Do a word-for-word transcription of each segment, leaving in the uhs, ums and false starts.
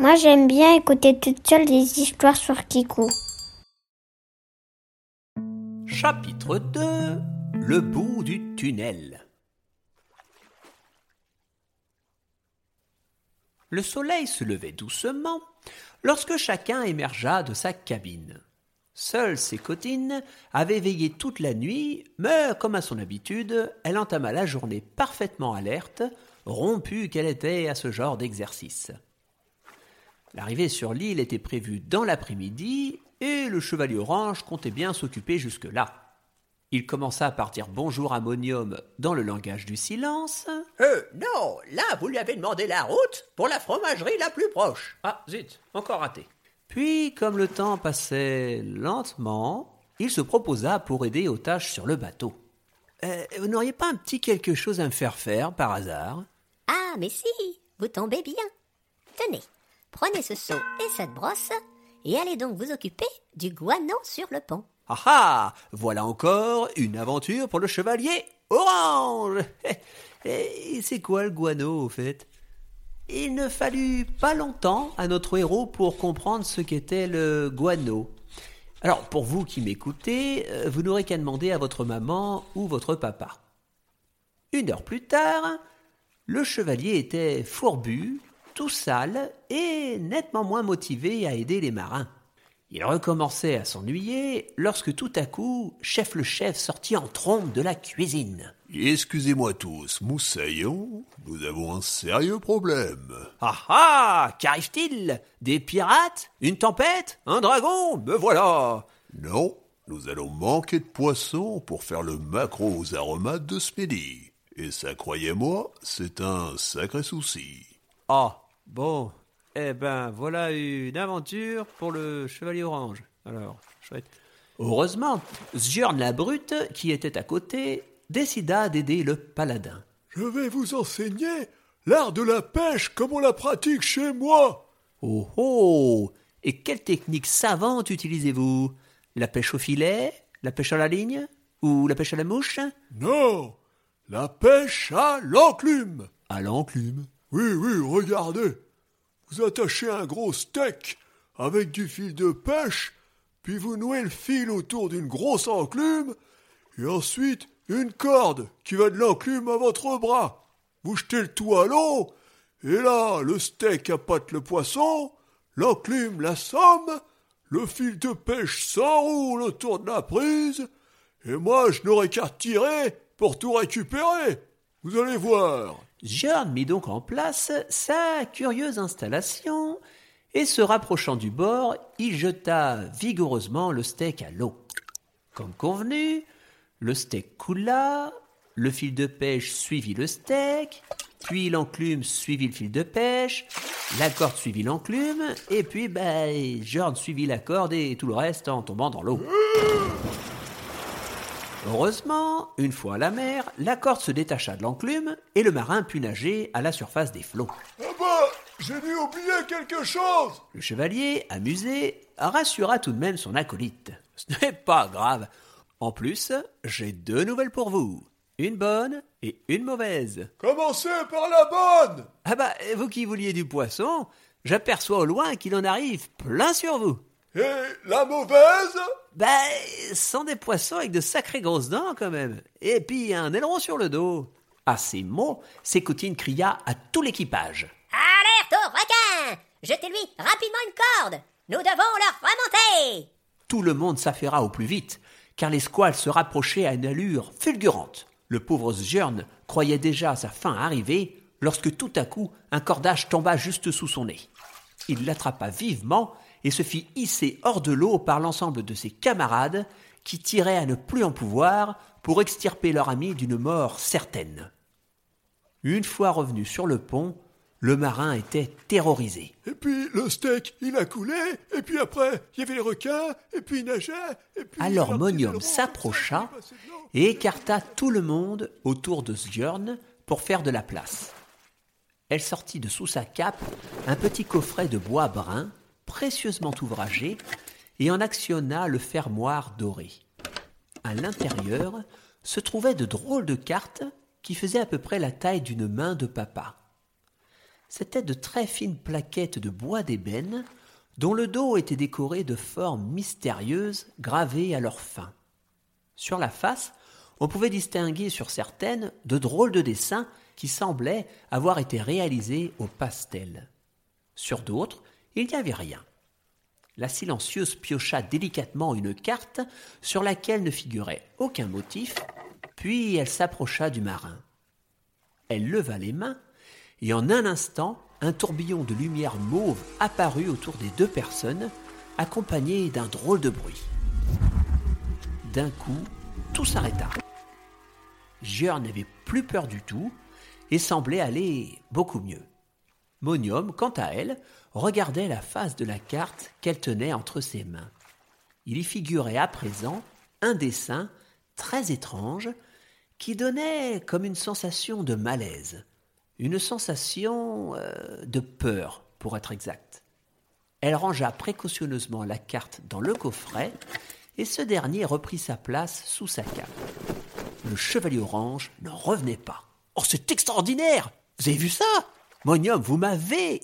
Moi, j'aime bien écouter toute seule des histoires sur Kikou. Chapitre deux. Le bout du tunnel. Le soleil se levait doucement lorsque chacun émergea de sa cabine. Seule Sécotine avait veillé toute la nuit, mais comme à son habitude, elle entama la journée parfaitement alerte, rompue qu'elle était à ce genre d'exercice. L'arrivée sur l'île était prévue dans l'après-midi et le chevalier orange comptait bien s'occuper jusque-là. Il commença par dire bonjour à Monium dans le langage du silence. Euh, non, là, vous lui avez demandé la route pour la fromagerie la plus proche. Ah, zut, encore raté. Puis, comme le temps passait lentement, il se proposa pour aider aux tâches sur le bateau. Euh, vous n'auriez pas un petit quelque chose à me faire faire, par hasard ? Ah, mais si, vous tombez bien. Tenez, prenez ce seau et cette brosse, et allez donc vous occuper du guano sur le pont. Ah ah, voilà encore une aventure pour le chevalier orange. Et c'est quoi le guano, au fait ? Il ne fallut pas longtemps à notre héros pour comprendre ce qu'était le guano. Alors, pour vous qui m'écoutez, vous n'aurez qu'à demander à votre maman ou votre papa. Une heure plus tard, le chevalier était fourbu, tout sale et nettement moins motivé à aider les marins. Il recommençait à s'ennuyer lorsque tout à coup, Chef le Chef sortit en trombe de la cuisine. « Excusez-moi tous, Moussaillon, nous avons un sérieux problème. »« Ah ah, qu'arrive-t-il ? Des pirates ? Une tempête ? Un dragon ? Me voilà !»« Non, nous allons manquer de poissons pour faire le maquereau aux aromates de ce midi. Et ça, croyez-moi, c'est un sacré souci. »« Ah, bon... » Eh ben, voilà une aventure pour le chevalier orange. Alors, chouette. Heureusement, Zjorn la brute, qui était à côté, décida d'aider le paladin. « Je vais vous enseigner l'art de la pêche comme on la pratique chez moi. »« Oh oh ! Et quelle technique savante utilisez-vous ? La pêche au filet ? La pêche à la ligne ? Ou la pêche à la mouche ? »« Non, la pêche à l'enclume. »« À l'enclume ? » ?»« Oui, oui, regardez. Vous attachez un gros steak avec du fil de pêche, puis vous nouez le fil autour d'une grosse enclume, et ensuite une corde qui va de l'enclume à votre bras. Vous jetez le tout à l'eau, et là, le steak appâte le poisson, l'enclume l'assomme, le fil de pêche s'enroule autour de la prise, et moi je n'aurai qu'à tirer pour tout récupérer. Vous allez voir. » Zjorn mit donc en place sa curieuse installation et se rapprochant du bord, il jeta vigoureusement le steak à l'eau. Comme convenu, le steak coula, le fil de pêche suivit le steak, puis l'enclume suivit le fil de pêche, la corde suivit l'enclume, et puis bah, Zjorn suivit la corde et tout le reste en tombant dans l'eau. Heureusement, une fois à la mer, la corde se détacha de l'enclume et le marin put nager à la surface des flots. « Ah bah, j'ai dû oublier quelque chose !» Le chevalier, amusé, rassura tout de même son acolyte. « Ce n'est pas grave. En plus, j'ai deux nouvelles pour vous. Une bonne et une mauvaise. »« Commencez par la bonne !»« Ah bah, vous qui vouliez du poisson, j'aperçois au loin qu'il en arrive plein sur vous. »« Et la mauvaise ?» Ben, sans des poissons avec de sacrées grosses dents, quand même. Et puis un aileron sur le dos. » À ces mots, Sécotine cria à tout l'équipage. « Alerte aux requins ! Jetez-lui rapidement une corde. Nous devons leur remonter !» Tout le monde s'affaira au plus vite, car les squales se rapprochaient à une allure fulgurante. Le pauvre Zjorn croyait déjà sa fin arriver, lorsque tout à coup, un cordage tomba juste sous son nez. Il l'attrapa vivement et se fit hisser hors de l'eau par l'ensemble de ses camarades qui tiraient à ne plus en pouvoir pour extirper leur ami d'une mort certaine. Une fois revenu sur le pont, le marin était terrorisé. Et puis le steak, il a coulé, et puis après, il y avait les requins, et puis il nageait, et puis... Alors Monium s'approcha et écarta tout le monde autour de Zjorn pour faire de la place. Elle sortit de sous sa cape un petit coffret de bois brun, précieusement ouvragé, et en actionna le fermoir doré. À l'intérieur se trouvaient de drôles de cartes qui faisaient à peu près la taille d'une main de papa. C'étaient de très fines plaquettes de bois d'ébène dont le dos était décoré de formes mystérieuses gravées à leur fin. Sur la face, on pouvait distinguer sur certaines de drôles de dessins qui semblaient avoir été réalisés au pastel. Sur d'autres, il n'y avait rien. La silencieuse piocha délicatement une carte sur laquelle ne figurait aucun motif, puis elle s'approcha du marin. Elle leva les mains, et en un instant, un tourbillon de lumière mauve apparut autour des deux personnes, accompagné d'un drôle de bruit. D'un coup, tout s'arrêta. Gieur n'avait plus peur du tout et semblait aller beaucoup mieux. Monium, quant à elle, regardait la face de la carte qu'elle tenait entre ses mains. Il y figurait à présent un dessin très étrange qui donnait comme une sensation de malaise, une sensation euh, de peur, pour être exact. Elle rangea précautionneusement la carte dans le coffret et ce dernier reprit sa place sous sa cape. Le chevalier orange ne revenait pas. « Oh, c'est extraordinaire! Vous avez vu ça? Monium, vous m'avez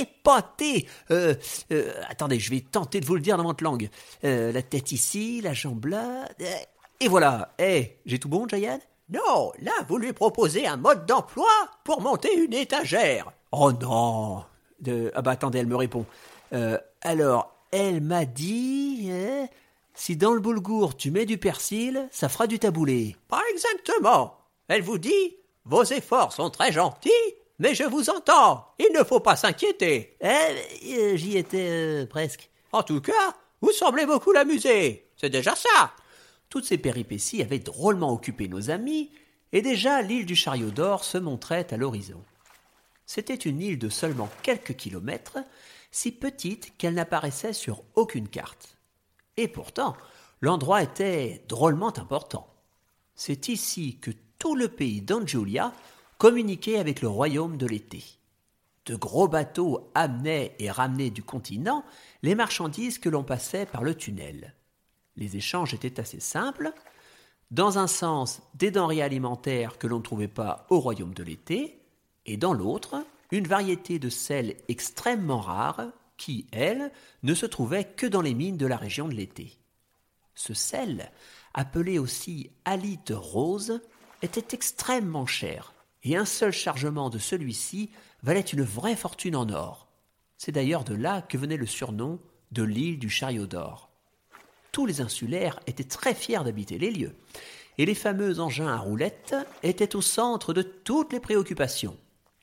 épaté! Euh, euh, attendez, je vais tenter de vous le dire dans votre langue. Euh, la tête ici, la jambe là... Euh, et voilà! Eh, hey, j'ai tout bon, Jayan? Non, là, vous lui proposez un mode d'emploi pour monter une étagère. Oh non! De... Ah bah attendez, elle me répond. Euh, alors, elle m'a dit... Euh, si dans le boulgour tu mets du persil, ça fera du taboulé. Pas exactement. Elle vous dit... Vos efforts sont très gentils, mais je vous entends. Il ne faut pas s'inquiéter. Eh, euh, j'y étais euh, presque. En tout cas, vous semblez beaucoup l'amuser. C'est déjà ça. Toutes ces péripéties avaient drôlement occupé nos amis, et déjà l'île du Chariot d'Or se montrait à l'horizon. C'était une île de seulement quelques kilomètres, si petite qu'elle n'apparaissait sur aucune carte. Et pourtant, l'endroit était drôlement important. C'est ici que tout le pays d'Anjulia communiquait avec le royaume de l'été. De gros bateaux amenaient et ramenaient du continent les marchandises que l'on passait par le tunnel. Les échanges étaient assez simples. Dans un sens, des denrées alimentaires que l'on ne trouvait pas au royaume de l'été, et dans l'autre, une variété de sel extrêmement rare qui, elle, ne se trouvait que dans les mines de la région de l'été. Ce sel, appelé aussi halite rose, était extrêmement cher, et un seul chargement de celui-ci valait une vraie fortune en or. C'est d'ailleurs de là que venait le surnom de l'île du Chariot d'Or. Tous les insulaires étaient très fiers d'habiter les lieux, et les fameux engins à roulettes étaient au centre de toutes les préoccupations.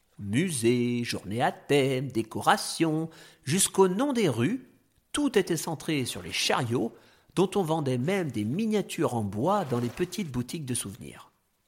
Musées, journées à thème, décorations, jusqu'au nom des rues, tout était centré sur les chariots, dont on vendait même des miniatures en bois dans les petites boutiques de souvenirs.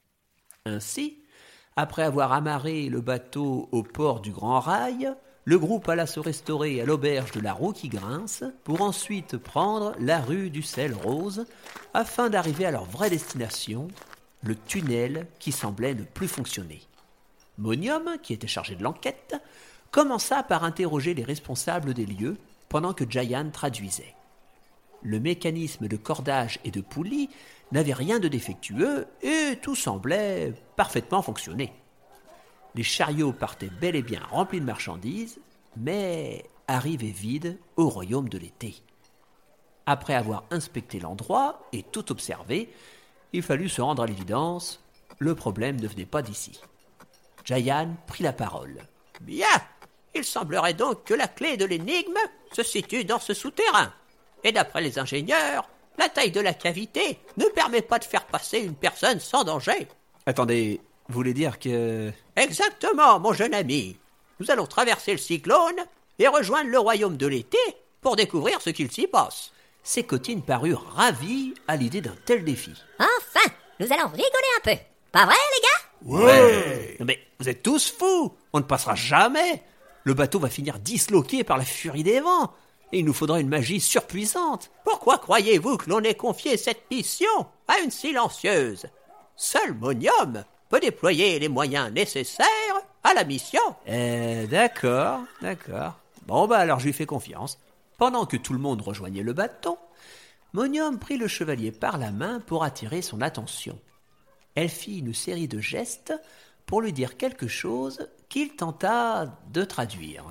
Ainsi, après avoir amarré le bateau au port du Grand Rail, le groupe alla se restaurer à l'auberge de la Roue qui Grince pour ensuite prendre la rue du Sel Rose afin d'arriver à leur vraie destination, le tunnel qui semblait ne plus fonctionner. Monium, qui était chargé de l'enquête, commença par interroger les responsables des lieux pendant que Jayan traduisait. Le mécanisme de cordage et de poulie n'avait rien de défectueux et tout semblait parfaitement fonctionner. Les chariots partaient bel et bien remplis de marchandises, mais arrivaient vides au royaume de l'été. Après avoir inspecté l'endroit et tout observé, il fallut se rendre à l'évidence, le problème ne venait pas d'ici. Jayan prit la parole. « Bien, il semblerait donc que la clé de l'énigme se situe dans ce souterrain. Et d'après les ingénieurs, la taille de la cavité ne permet pas de faire passer une personne sans danger. » Attendez, vous voulez dire que... Exactement, mon jeune ami. Nous allons traverser le cyclone et rejoindre le royaume de l'été pour découvrir ce qu'il s'y passe. Ces cotines parurent ravies à l'idée d'un tel défi. Enfin, nous allons rigoler un peu. Pas vrai, les gars? Ouais. Mais vous êtes tous fous. On ne passera jamais. Le bateau va finir disloqué par la furie des vents. Et il nous faudra une magie surpuissante. Pourquoi croyez-vous que l'on ait confié cette mission à une silencieuse? Seul Monium peut déployer les moyens nécessaires à la mission. Euh, d'accord, d'accord. Bon, bah alors je lui fais confiance. Pendant que tout le monde rejoignait le bateau, Monium prit le chevalier par la main pour attirer son attention. Elle fit une série de gestes pour lui dire quelque chose qu'il tenta de traduire.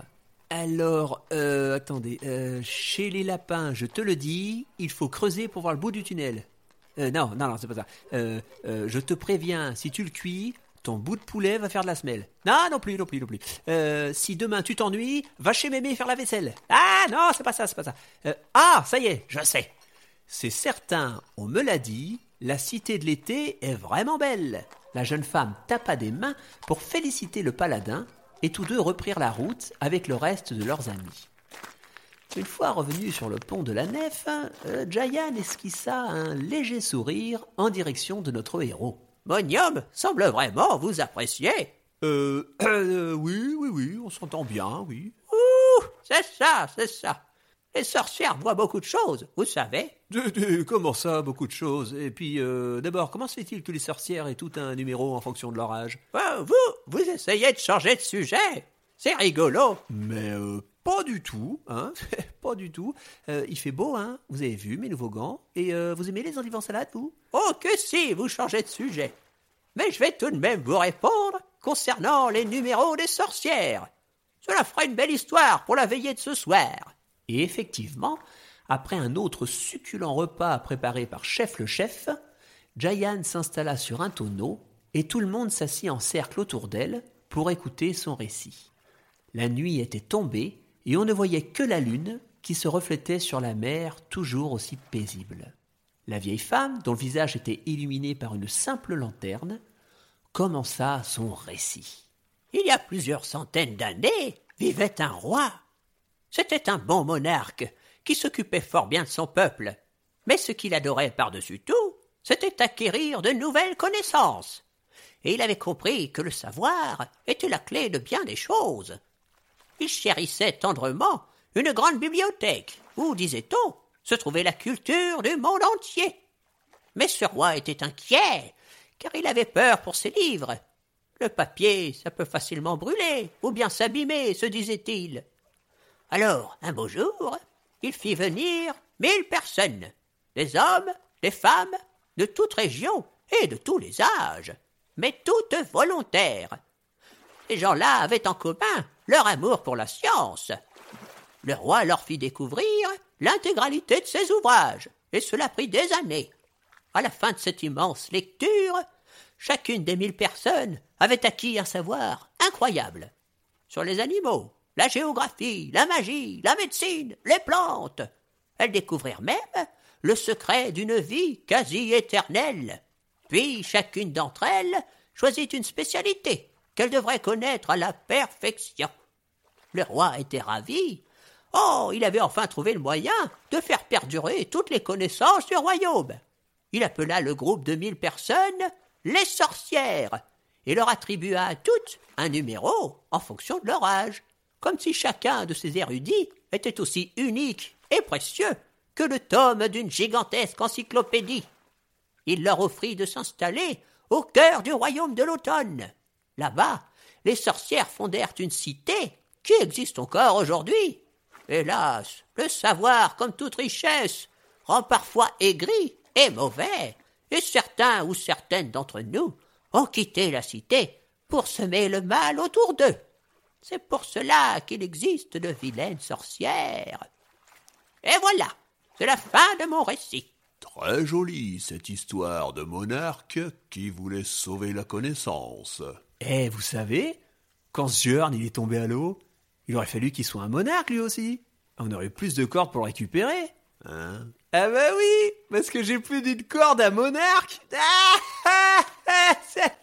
Alors, euh, attendez, euh, chez les lapins, je te le dis, il faut creuser pour voir le bout du tunnel. Euh, non, non, non, c'est pas ça. Euh, euh, je te préviens, si tu le cuis, ton bout de poulet va faire de la semelle. Non, non plus, non plus, non plus. Euh, si demain tu t'ennuies, va chez mémé faire la vaisselle. Ah non, c'est pas ça, c'est pas ça. Euh, ah, ça y est, je sais. C'est certain, on me l'a dit, la cité de l'été est vraiment belle. La jeune femme tapa des mains pour féliciter le paladin, et tous deux reprirent la route avec le reste de leurs amis. Une fois revenus sur le pont de la nef, euh, Jayan esquissa un léger sourire en direction de notre héros. Monium semble vraiment vous apprécier. Euh, euh, oui, oui, oui, on s'entend bien, oui. Ouh, c'est ça, c'est ça. Les sorcières voient beaucoup de choses, vous savez. De, de, comment ça, beaucoup de choses? Et puis, euh, d'abord, comment se fait-il que les sorcières aient tout un numéro en fonction de leur âge? Ben, vous, vous essayez de changer de sujet. C'est rigolo. Mais euh, pas du tout, hein. Pas du tout. Euh, il fait beau, hein. Vous avez vu mes nouveaux gants. Et euh, vous aimez les endives en salade, vous? Oh que si, vous changez de sujet. Mais je vais tout de même vous répondre concernant les numéros des sorcières. Cela fera une belle histoire pour la veillée de ce soir. Et effectivement, après un autre succulent repas préparé par Chef le Chef, Jayan s'installa sur un tonneau et tout le monde s'assit en cercle autour d'elle pour écouter son récit. La nuit était tombée et on ne voyait que la lune qui se reflétait sur la mer toujours aussi paisible. La vieille femme, dont le visage était illuminé par une simple lanterne, commença son récit. Il y a plusieurs centaines d'années, vivait un roi. C'était un bon monarque qui s'occupait fort bien de son peuple. Mais ce qu'il adorait par-dessus tout, c'était acquérir de nouvelles connaissances. Et il avait compris que le savoir était la clé de bien des choses. Il chérissait tendrement une grande bibliothèque où, disait-on, se trouvait la culture du monde entier. Mais ce roi était inquiet, car il avait peur pour ses livres. Le papier, ça peut facilement brûler, ou bien s'abîmer, se disait-il. Alors, un beau jour, il fit venir mille personnes, des hommes, des femmes, de toute région et de tous les âges, mais toutes volontaires. Ces gens-là avaient en commun leur amour pour la science. Le roi leur fit découvrir l'intégralité de ses ouvrages, et cela prit des années. À la fin de cette immense lecture, chacune des mille personnes avait acquis un savoir incroyable sur les animaux, la géographie, la magie, la médecine, les plantes. Elles découvrirent même le secret d'une vie quasi éternelle. Puis chacune d'entre elles choisit une spécialité qu'elle devrait connaître à la perfection. Le roi était ravi. Oh, il avait enfin trouvé le moyen de faire perdurer toutes les connaissances du royaume. Il appela le groupe de mille personnes les sorcières et leur attribua à toutes un numéro en fonction de leur âge, comme si chacun de ces érudits était aussi unique et précieux que le tome d'une gigantesque encyclopédie. Il leur offrit de s'installer au cœur du royaume de l'automne. Là-bas, les sorcières fondèrent une cité qui existe encore aujourd'hui. Hélas, le savoir, comme toute richesse, rend parfois aigri et mauvais, et certains ou certaines d'entre nous ont quitté la cité pour semer le mal autour d'eux. C'est pour cela qu'il existe de vilaines sorcières. Et voilà, c'est la fin de mon récit. Très jolie, cette histoire de monarque qui voulait sauver la connaissance. Eh, vous savez, quand Sjörn il est tombé à l'eau, il aurait fallu qu'il soit un monarque lui aussi. On aurait plus de cordes pour le récupérer. Hein? Ah bah oui, parce que j'ai plus d'une corde à monarque. Ah, ah, ah,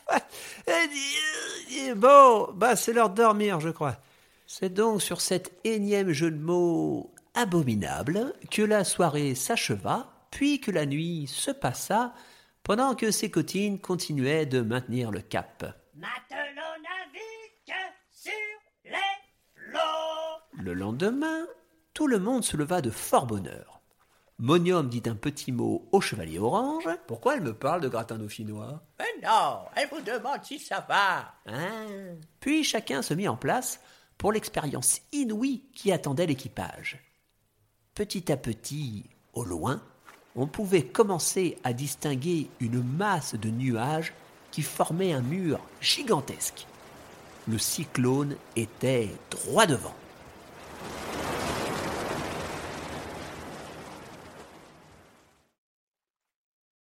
c'est... Bon, bah c'est l'heure de dormir, je crois. C'est donc sur cet énième jeu de mots abominable que la soirée s'acheva, puis que la nuit se passa, pendant que ses cotines continuaient de maintenir le cap. Maintenant navigue sur les flots. Le lendemain, tout le monde se leva de fort bonne heure. Monium dit un petit mot au chevalier orange. Pourquoi elle me parle de gratin dauphinois? Mais non, elle vous demande si ça va. Hein? Puis chacun se mit en place pour l'expérience inouïe qui attendait l'équipage. Petit à petit, au loin, on pouvait commencer à distinguer une masse de nuages qui formaient un mur gigantesque. Le cyclone était droit devant.